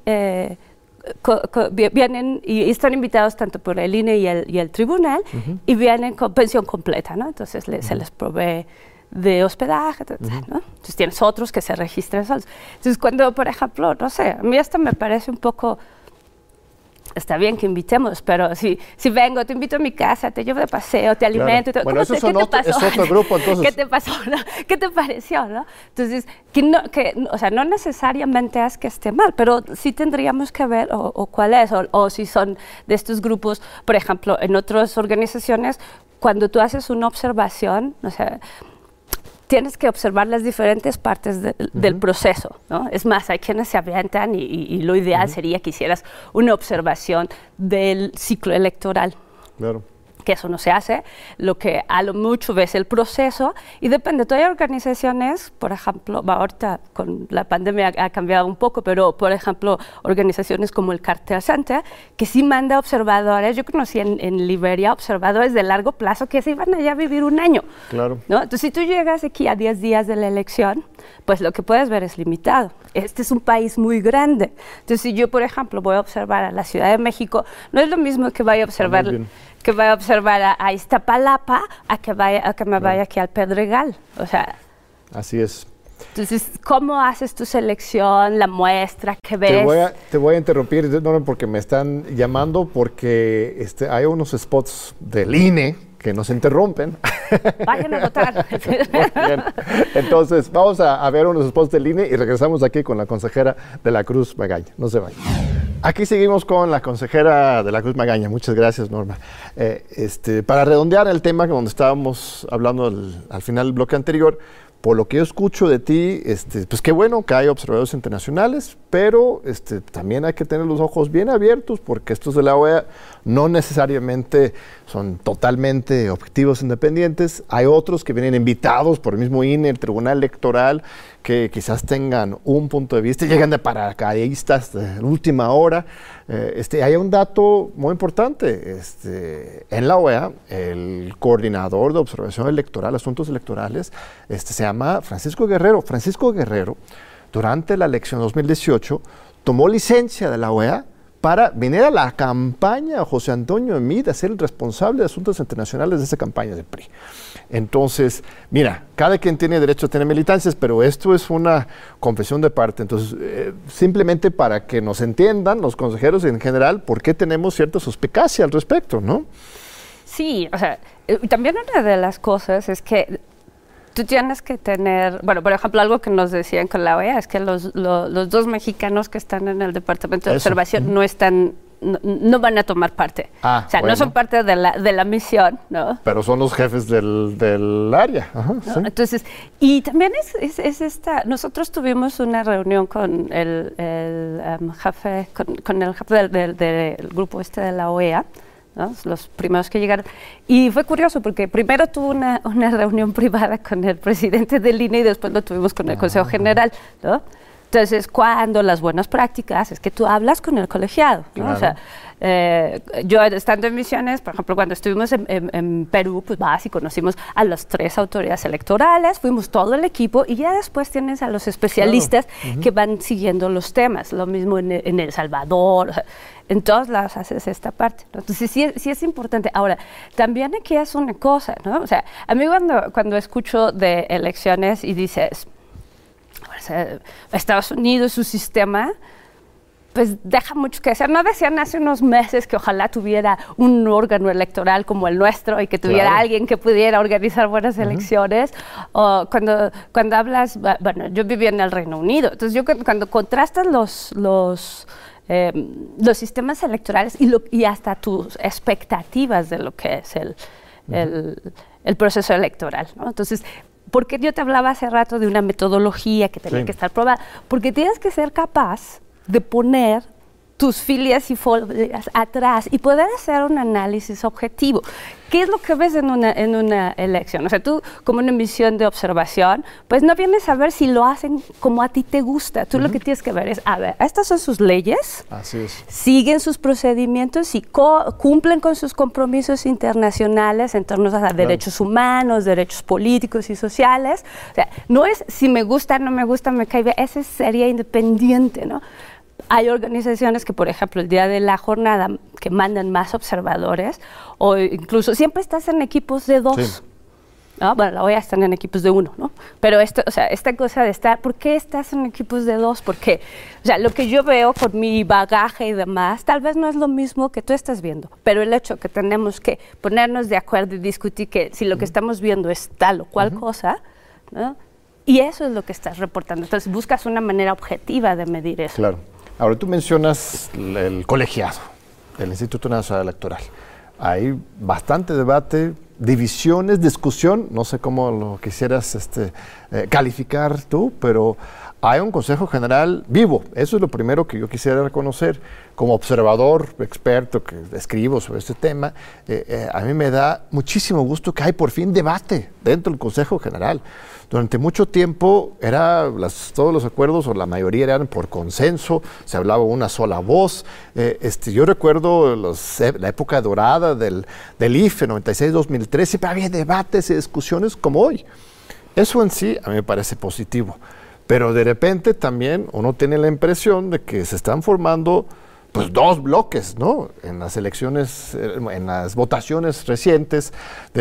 vienen y están invitados tanto por el INE y el tribunal, y vienen con pensión completa, ¿no? Entonces se les provee de hospedaje, ¿no? Entonces tienes otros que se registran solos. Entonces cuando, por ejemplo, no sé, a mí esto me parece un poco... Está bien que invitemos, pero si vengo, te invito a mi casa, te llevo de paseo, te alimento. Claro. Bueno, eso es otro grupo, entonces. ¿Qué te pasó? ¿No? ¿Qué te pareció? ¿No? Entonces, o sea, no necesariamente es que esté mal, pero sí tendríamos que ver o cuál es, o si son de estos grupos, por ejemplo, en otras organizaciones, cuando tú haces una observación, o sea, tienes que observar las diferentes partes del proceso, ¿no? Es más, hay quienes se avientan y lo ideal sería que hicieras una observación del ciclo electoral. Claro. Que eso no se hace, lo que a lo mucho ves el proceso y depende. Hay organizaciones, por ejemplo, ahorita con la pandemia ha cambiado un poco, pero por ejemplo, organizaciones como el Cartel Center, que sí manda observadores. Yo conocí en Liberia observadores de largo plazo que se iban allá a vivir un año. Claro. ¿No? Entonces, si tú llegas aquí a 10 días de la elección, pues lo que puedes ver es limitado. Este es un país muy grande. Entonces, si yo, por ejemplo, voy a observar a la Ciudad de México, no es lo mismo que vaya a observar a Iztapalapa a que me vaya aquí al Pedregal. O sea, así es. Entonces, ¿cómo haces tu selección, la muestra, qué ves? Te voy a interrumpir, no, porque me están llamando, porque hay unos spots del INE que nos interrumpen. Vayan a votar. Bien. Entonces, vamos a ver unos spots del INE y regresamos aquí con la consejera de la Cruz Magaña. No se vayan. Aquí seguimos con la consejera de la Cruz Magaña. Muchas gracias, Norma. Para redondear el tema donde estábamos hablando al final del bloque anterior, por lo que yo escucho de ti, pues qué bueno que hay observadores internacionales, pero también hay que tener los ojos bien abiertos, porque estos de la OEA no necesariamente son totalmente objetivos independientes. Hay otros que vienen invitados por el mismo INE, el Tribunal Electoral, que quizás tengan un punto de vista, llegan de paracaidistas de última hora. Hay un dato muy importante. En la OEA, el coordinador de observación electoral, asuntos electorales, se llama Francisco Guerrero. Francisco Guerrero, durante la elección 2018, tomó licencia de la OEA para venir a la campaña a José Antonio Meade a ser el responsable de asuntos internacionales de esa campaña del PRI. Entonces, mira, cada quien tiene derecho a tener militancias, pero esto es una confesión de parte. Entonces, simplemente para que nos entiendan los consejeros en general, por qué tenemos cierta suspicacia al respecto, ¿no? Sí, o sea, también una de las cosas es que tú tienes que tener, bueno, por ejemplo, algo que nos decían con la OEA es que los dos mexicanos que están en el Departamento de Observación no van a tomar parte. O sea, no son parte de la misión, ¿no? Pero son los jefes del área. Ajá, ¿no? Sí. Entonces, y también es esta, nosotros tuvimos una reunión con el jefe, con el jefe del grupo de la OEA, ¿no? Los primeros que llegaron. Y fue curioso porque primero tuvo una reunión privada con el presidente del INE y después lo tuvimos con el Consejo General, ¿no? Entonces, cuando las buenas prácticas es que tú hablas con el colegiado, ¿no? Claro. O sea, yo estando en misiones, por ejemplo, cuando estuvimos en Perú, pues vas y conocimos a las 3 autoridades electorales, fuimos todo el equipo y ya después tienes a los especialistas que van siguiendo los temas. Lo mismo en El Salvador, o sea, en todos lados haces esta parte, ¿no? Entonces sí es importante. Ahora, también aquí es una cosa, ¿no? O sea, a mí cuando escucho de elecciones y dices, o sea, Estados Unidos, su sistema, pues deja mucho que hacer. No decían hace unos meses que ojalá tuviera un órgano electoral como el nuestro y que tuviera alguien que pudiera organizar buenas elecciones. O cuando hablas, bueno, yo vivía en el Reino Unido, entonces yo cuando contrastas los sistemas electorales y hasta tus expectativas de lo que es el proceso electoral, ¿no? Entonces, ¿por qué yo te hablaba hace rato de una metodología que tenía que estar probada? Porque tienes que ser capaz de poner tus filias y folias atrás y poder hacer un análisis objetivo. ¿Qué es lo que ves en una elección? O sea, tú como una misión de observación, pues no vienes a ver si lo hacen como a ti te gusta. Tú lo que tienes que ver es, a ver, estas son sus leyes, Así es. siguen sus procedimientos y cumplen con sus compromisos internacionales en torno a derechos humanos, derechos políticos y sociales. O sea, no es si me gusta, no me gusta, me cae bien, ese sería independiente, ¿no? Hay organizaciones que, por ejemplo, el día de la jornada, que mandan más observadores, o incluso siempre estás en equipos de 2. Sí. ¿No? Bueno, la OEA están en equipos de 1, ¿no? Pero esta cosa de estar, ¿por qué estás en equipos de 2? Porque, o sea, lo que yo veo con mi bagaje y demás, tal vez no es lo mismo que tú estás viendo, pero el hecho que tenemos que ponernos de acuerdo y discutir que si lo que estamos viendo es tal o cual cosa, ¿no? Y eso es lo que estás reportando. Entonces, buscas una manera objetiva de medir eso. Claro. Ahora, tú mencionas el colegiado del Instituto Nacional Electoral. Hay bastante debate, divisiones, discusión, no sé cómo lo quisieras calificar tú, pero hay un Consejo General vivo. Eso es lo primero que yo quisiera reconocer. Como observador, experto que escribo sobre este tema, a mí me da muchísimo gusto que hay por fin debate dentro del Consejo General. Durante mucho tiempo todos los acuerdos, o la mayoría, eran por consenso, se hablaba una sola voz. Yo recuerdo la época dorada del IFE, 96-2003, siempre había debates y discusiones como hoy. Eso en sí a mí me parece positivo. Pero de repente también uno tiene la impresión de que se están formando pues 2 bloques, ¿no? En las elecciones, en las votaciones recientes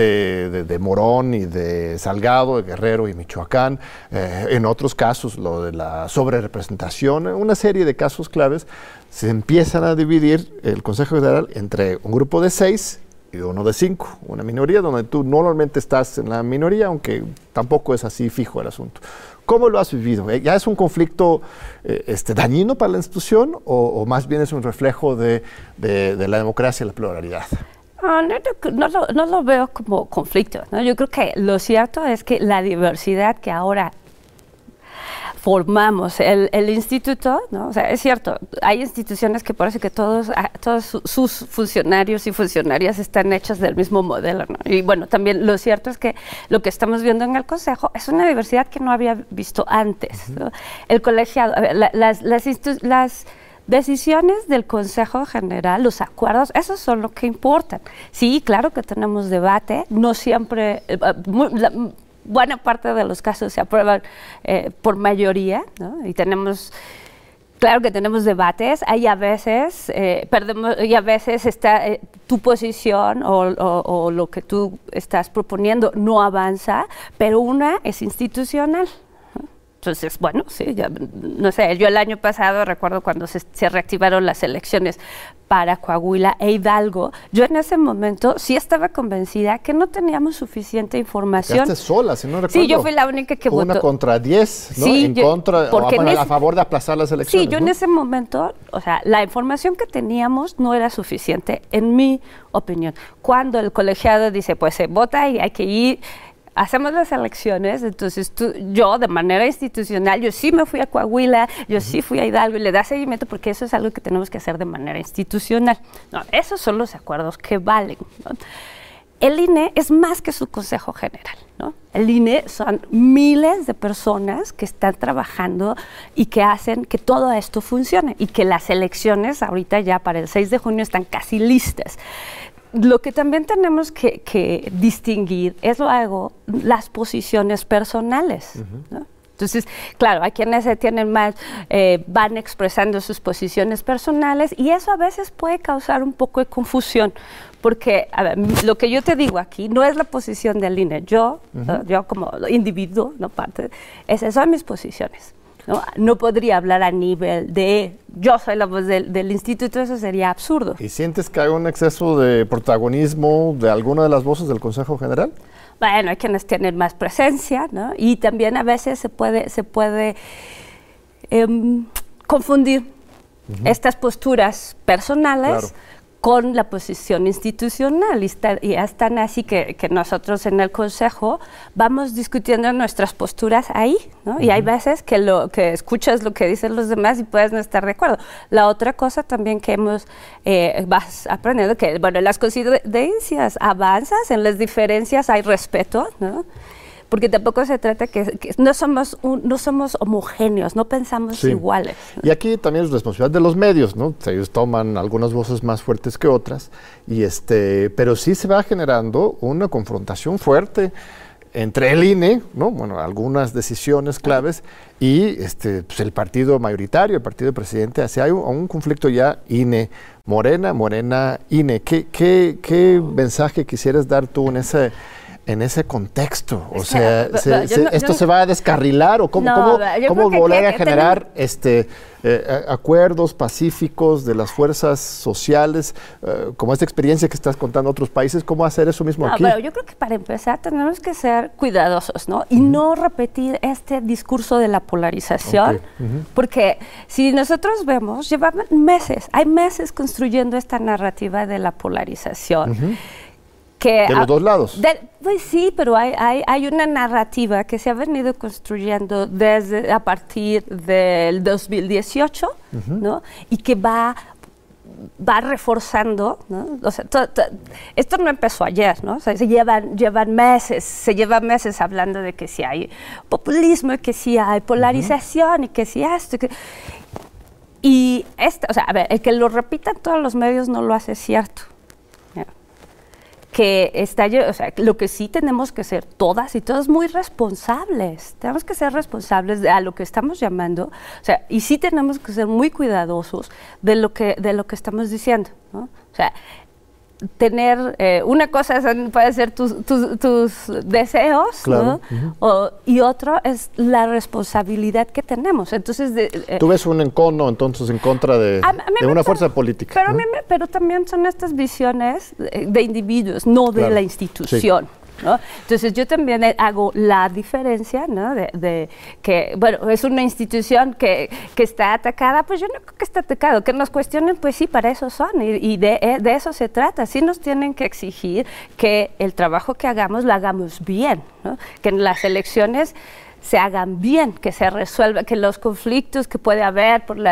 de Morón y de Salgado, de Guerrero y Michoacán, en otros casos lo de la sobrerepresentación, una serie de casos claves, se empiezan a dividir el Consejo General entre un grupo de 6 y uno de 5, una minoría donde tú normalmente estás en la minoría, aunque tampoco es así fijo el asunto. ¿Cómo lo has vivido? ¿Ya es un conflicto dañino para la institución o más bien es un reflejo de la democracia y la pluralidad? No lo veo como conflicto, ¿no? Yo creo que lo cierto es que la diversidad que ahora formamos el instituto, ¿no? O sea, es cierto, hay instituciones que parece que todos sus funcionarios y funcionarias están hechos del mismo modelo, ¿no? Y bueno, también lo cierto es que lo que estamos viendo en el Consejo es una diversidad que no había visto antes, ¿no? El colegiado, a ver, las decisiones del Consejo General, los acuerdos, esos son lo que importan. Sí, claro que tenemos debate, no siempre, buena parte de los casos se aprueban por mayoría, ¿no? Y claro que tenemos debates, hay a veces, y a veces está tu posición o lo que tú estás proponiendo no avanza, pero una es institucional. Entonces, bueno, sí, no sé, yo el año pasado recuerdo cuando se reactivaron las elecciones para Coahuila e Hidalgo, yo en ese momento sí estaba convencida que no teníamos suficiente información. Quedaste sola, si no recuerdo. Sí, yo fui la única que votó. 1-10, ¿no? Sí, a favor de aplazar las elecciones. Sí, yo en ese momento, o sea, la información que teníamos no era suficiente, en mi opinión. Cuando el colegiado dice, pues se vota y hay que ir, hacemos las elecciones, entonces yo de manera institucional, yo sí me fui a Coahuila, yo sí fui a Hidalgo y le da seguimiento porque eso es algo que tenemos que hacer de manera institucional. No, esos son los acuerdos que valen, ¿no? El INE es más que su Consejo General, ¿no? El INE son miles de personas que están trabajando y que hacen que todo esto funcione y que las elecciones ahorita ya para el 6 de junio están casi listas. Lo que también tenemos que distinguir es luego las posiciones personales, ¿no? Entonces, claro, hay quienes tienen más, van expresando sus posiciones personales y eso a veces puede causar un poco de confusión, porque a ver, lo que yo te digo aquí no es la posición del INE, yo como individuo, no parte, esas son mis posiciones. No podría hablar a nivel de yo soy la voz del instituto, eso sería absurdo. ¿Y sientes que hay un exceso de protagonismo de alguna de las voces del Consejo General? Bueno, hay quienes tienen más presencia, ¿no? Y también a veces se puede confundir estas posturas personales con la posición institucional y es tan así que nosotros en el Consejo vamos discutiendo nuestras posturas ahí, ¿no? Y hay veces que escuchas lo que dicen los demás y puedes no estar de acuerdo. La otra cosa también que vas aprendiendo que, bueno, en las coincidencias avanzas, en las diferencias hay respeto, ¿no? Porque tampoco se trata que no somos homogéneos, no pensamos iguales, ¿no? Y aquí también es responsabilidad de los medios, ¿no? Ellos toman algunas voces más fuertes que otras, pero sí se va generando una confrontación fuerte entre el INE, ¿no? Bueno, algunas decisiones claves y pues el partido mayoritario, el partido presidente, hay un conflicto ya INE-Morena, Morena-INE. ¿Qué mensaje quisieras dar tú en ese contexto? O sea, ¿esto se va a descarrilar o cómo volver a generar acuerdos pacíficos de las fuerzas sociales, como esta experiencia que estás contando en otros países? ¿Cómo hacer eso mismo aquí? Pero yo creo que para empezar tenemos que ser cuidadosos, ¿no? Y no repetir este discurso de la polarización, porque si nosotros vemos, hay meses construyendo esta narrativa de la polarización. De los dos lados. Pues sí, pero hay una narrativa que se ha venido construyendo a partir del 2018, ¿no? Y que va reforzando, ¿no? O sea, esto no empezó ayer, ¿no? O sea, se lleva meses hablando de que sí hay populismo, y que sí hay polarización, y que sí esto. Y o sea, a ver, el que lo repitan todos los medios no lo hace cierto. O sea, lo que sí tenemos que ser todas y todos muy responsables. Tenemos que ser responsables a lo que estamos llamando, o sea, y sí tenemos que ser muy cuidadosos de lo que estamos diciendo, ¿no? O sea, tener una cosa puede ser tus deseos, claro, ¿no? Y otro es la responsabilidad que tenemos. Entonces, tú ves un encono entonces en contra de una fuerza política. Pero, pero también son estas visiones de individuos, no de la institución. Sí. ¿no? Entonces yo también hago la diferencia, ¿no? de que, bueno, es una institución que está atacada, pues yo no creo que está atacado, que nos cuestionen, pues sí, para eso son, y de eso se trata. Sí nos tienen que exigir que el trabajo que hagamos lo hagamos bien, ¿no? Que en las elecciones se hagan bien, que se resuelva, que los conflictos que puede haber por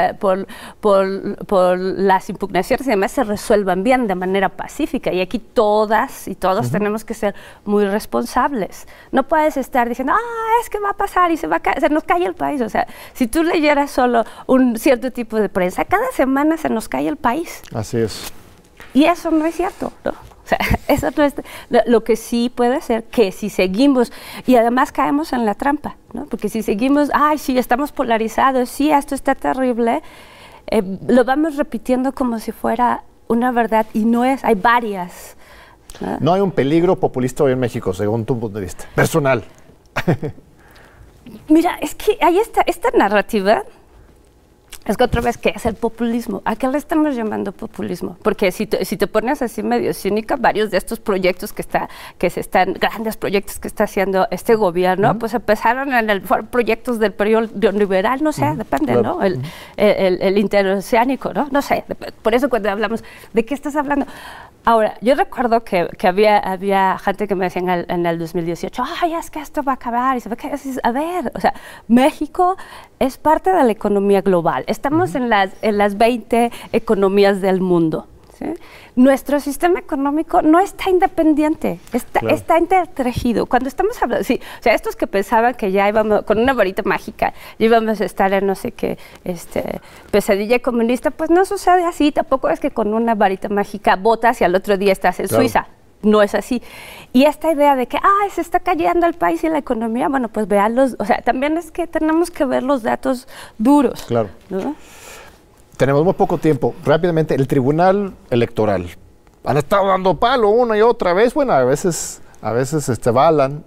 las impugnaciones y demás se resuelvan bien de manera pacífica. Y aquí todas y todos tenemos que ser muy responsables. No puedes estar diciendo, es que va a pasar y se nos cae el país. O sea, si tú leyeras solo un cierto tipo de prensa, cada semana se nos cae el país. Así es. Y eso no es cierto, ¿no? O sea, eso no es lo que sí puede ser, que si seguimos, y además caemos en la trampa, ¿no? Porque si seguimos, sí, estamos polarizados, sí, esto está terrible, lo vamos repitiendo como si fuera una verdad, y no es, hay varias. No hay un peligro populista hoy en México, según tu punto de vista, personal. Mira, es que hay esta narrativa. Es que otra vez, ¿qué es el populismo? ¿A qué le estamos llamando populismo? Porque si te pones así medio cínica, varios de estos proyectos grandes proyectos que está haciendo este gobierno, pues empezaron fueron proyectos del periodo neoliberal, no sé, depende, claro. ¿No? El interoceánico, ¿no? No sé, por eso cuando hablamos, ¿de qué estás hablando? Ahora, yo recuerdo que había gente que me decía en el 2018, es que esto va a acabar, y se va a caer. A ver, o sea, México es parte de la economía global. Estamos en las 20 economías del mundo, ¿sí? Nuestro sistema económico no está independiente, está intertejido. Cuando estamos hablando, sí, o sea, estos que pensaban que ya íbamos, con una varita mágica, ya íbamos a estar en no sé qué, pesadilla comunista, pues no sucede así. Tampoco es que con una varita mágica botas y al otro día estás en Suiza. No es así. Y esta idea de que, se está cayendo el país y la economía, bueno, pues veanlos, o sea, también es que tenemos que ver los datos duros. Claro. ¿No? Tenemos muy poco tiempo. Rápidamente, el Tribunal Electoral. Han estado dando palo una y otra vez. Bueno, a veces balan,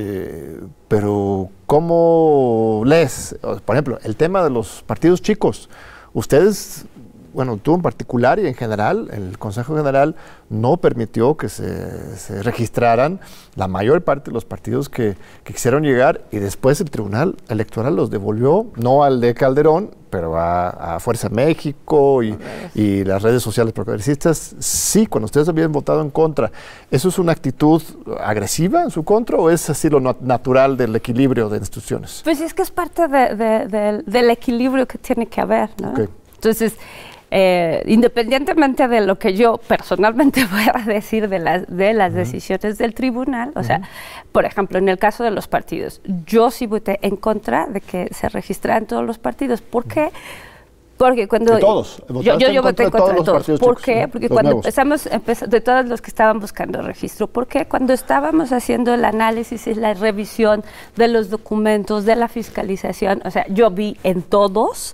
pero ¿cómo lees? Por ejemplo, el tema de los partidos chicos. Ustedes, bueno, tú en particular y en general, el Consejo General no permitió que se registraran la mayor parte de los partidos que quisieron llegar, y después el Tribunal Electoral los devolvió, no al de Calderón, pero a Fuerza México y las redes sociales progresistas. Sí, cuando ustedes habían votado en contra, ¿eso es una actitud agresiva en su contra o es así lo natural del equilibrio de instituciones? Pues es que es parte del equilibrio que tiene que haber, ¿no? Okay. Entonces, independientemente de lo que yo personalmente voy a decir de las decisiones del tribunal, o sea, por ejemplo, en el caso de los partidos, yo sí voté en contra de que se registraran todos los partidos. ¿Por qué? Porque cuando... De todos. Yo voté en contra de todos. ¿Por qué? Porque cuando empezamos, de todos los que estaban buscando registro, porque cuando estábamos haciendo el análisis y la revisión de los documentos, de la fiscalización, o sea, yo vi en todos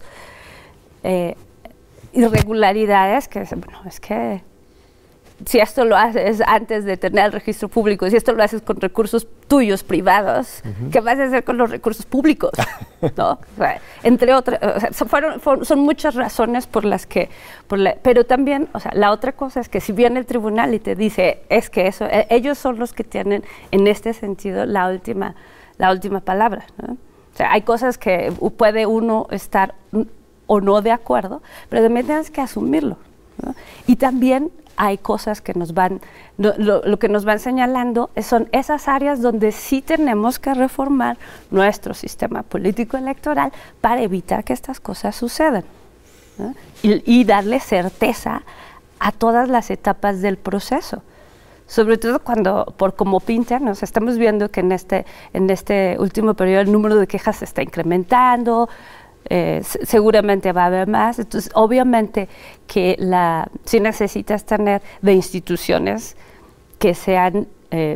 irregularidades que, bueno, es que si esto lo haces antes de tener el registro público, si esto lo haces con recursos tuyos privados, ¿qué vas a hacer con los recursos públicos? ¿No? O sea, entre otras, o sea, son muchas razones por las que, pero también, o sea, la otra cosa es que si viene el tribunal y te dice, es que eso, ellos son los que tienen en este sentido la última palabra, ¿no? O sea, hay cosas que puede uno estar o no de acuerdo, pero también tienes que asumirlo, ¿no? Y también hay cosas que nos van, lo que nos van señalando son esas áreas donde sí tenemos que reformar nuestro sistema político electoral para evitar que estas cosas sucedan, ¿no? Y darle certeza a todas las etapas del proceso. Sobre todo cuando, por como pintan, o sea, estamos viendo que en este último periodo el número de quejas se está incrementando, seguramente va a haber más. Entonces, obviamente que sí necesitas tener de instituciones que sean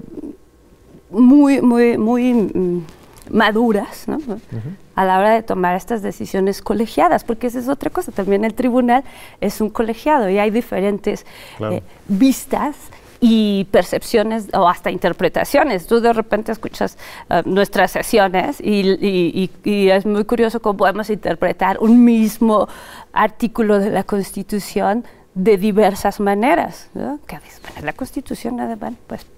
muy maduras, ¿no? A la hora de tomar estas decisiones colegiadas, porque esa es otra cosa. También el tribunal es un colegiado y hay diferentes vistas y percepciones o hasta interpretaciones. Tú de repente escuchas nuestras sesiones y es muy curioso cómo podemos interpretar un mismo artículo de la Constitución de diversas maneras, ¿no? Que dices, bueno, la Constitución, pues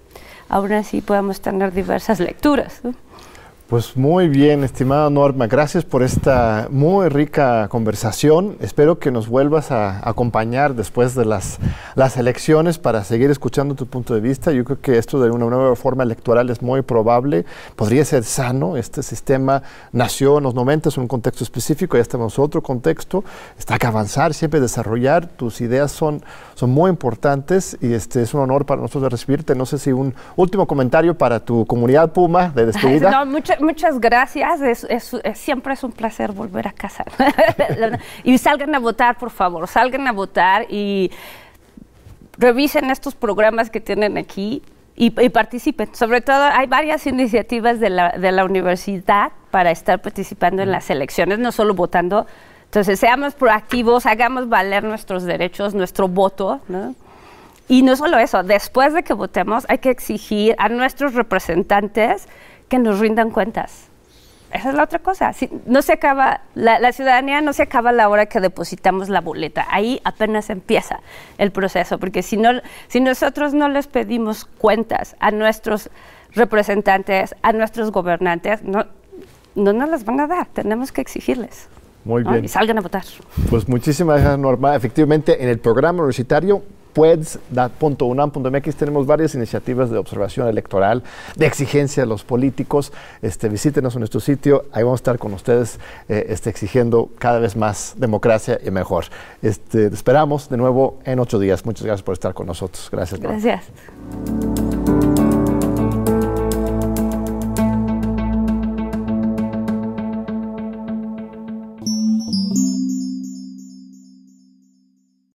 aún así podamos tener diversas lecturas, ¿no? Pues muy bien, estimada Norma, gracias por esta muy rica conversación. Espero que nos vuelvas a acompañar después de las elecciones para seguir escuchando tu punto de vista. Yo creo que esto de una nueva reforma electoral es muy probable, podría ser sano. Este sistema nació en los 90 en un contexto específico, ya estamos en otro contexto, está que avanzar, siempre desarrollar. Tus ideas son muy importantes y es un honor para nosotros de recibirte. No sé si un último comentario para tu comunidad Puma de despedida. No, muchas gracias, siempre es un placer volver a casa. Y salgan a votar, por favor, salgan a votar y revisen estos programas que tienen aquí y participen. Sobre todo hay varias iniciativas de la universidad para estar participando en las elecciones, no solo votando. Entonces seamos proactivos, hagamos valer nuestros derechos, nuestro voto, ¿no? Y no solo eso, después de que votemos hay que exigir a nuestros representantes que nos rindan cuentas. Esa es la otra cosa. No se acaba, la ciudadanía no se acaba a la hora que depositamos la boleta. Ahí apenas empieza el proceso, porque si nosotros no les pedimos cuentas a nuestros representantes, a nuestros gobernantes, no nos las van a dar. Tenemos que exigirles. Muy bien. Y salgan a votar. Pues muchísimas gracias, Norma. Efectivamente, en el programa universitario pueds.unam.mx tenemos varias iniciativas de observación electoral, de exigencia a los políticos. Visítenos en nuestro sitio, ahí vamos a estar con ustedes exigiendo cada vez más democracia y mejor. Esperamos de nuevo en 8 días. Muchas gracias por estar con nosotros. Gracias, Norma. Gracias.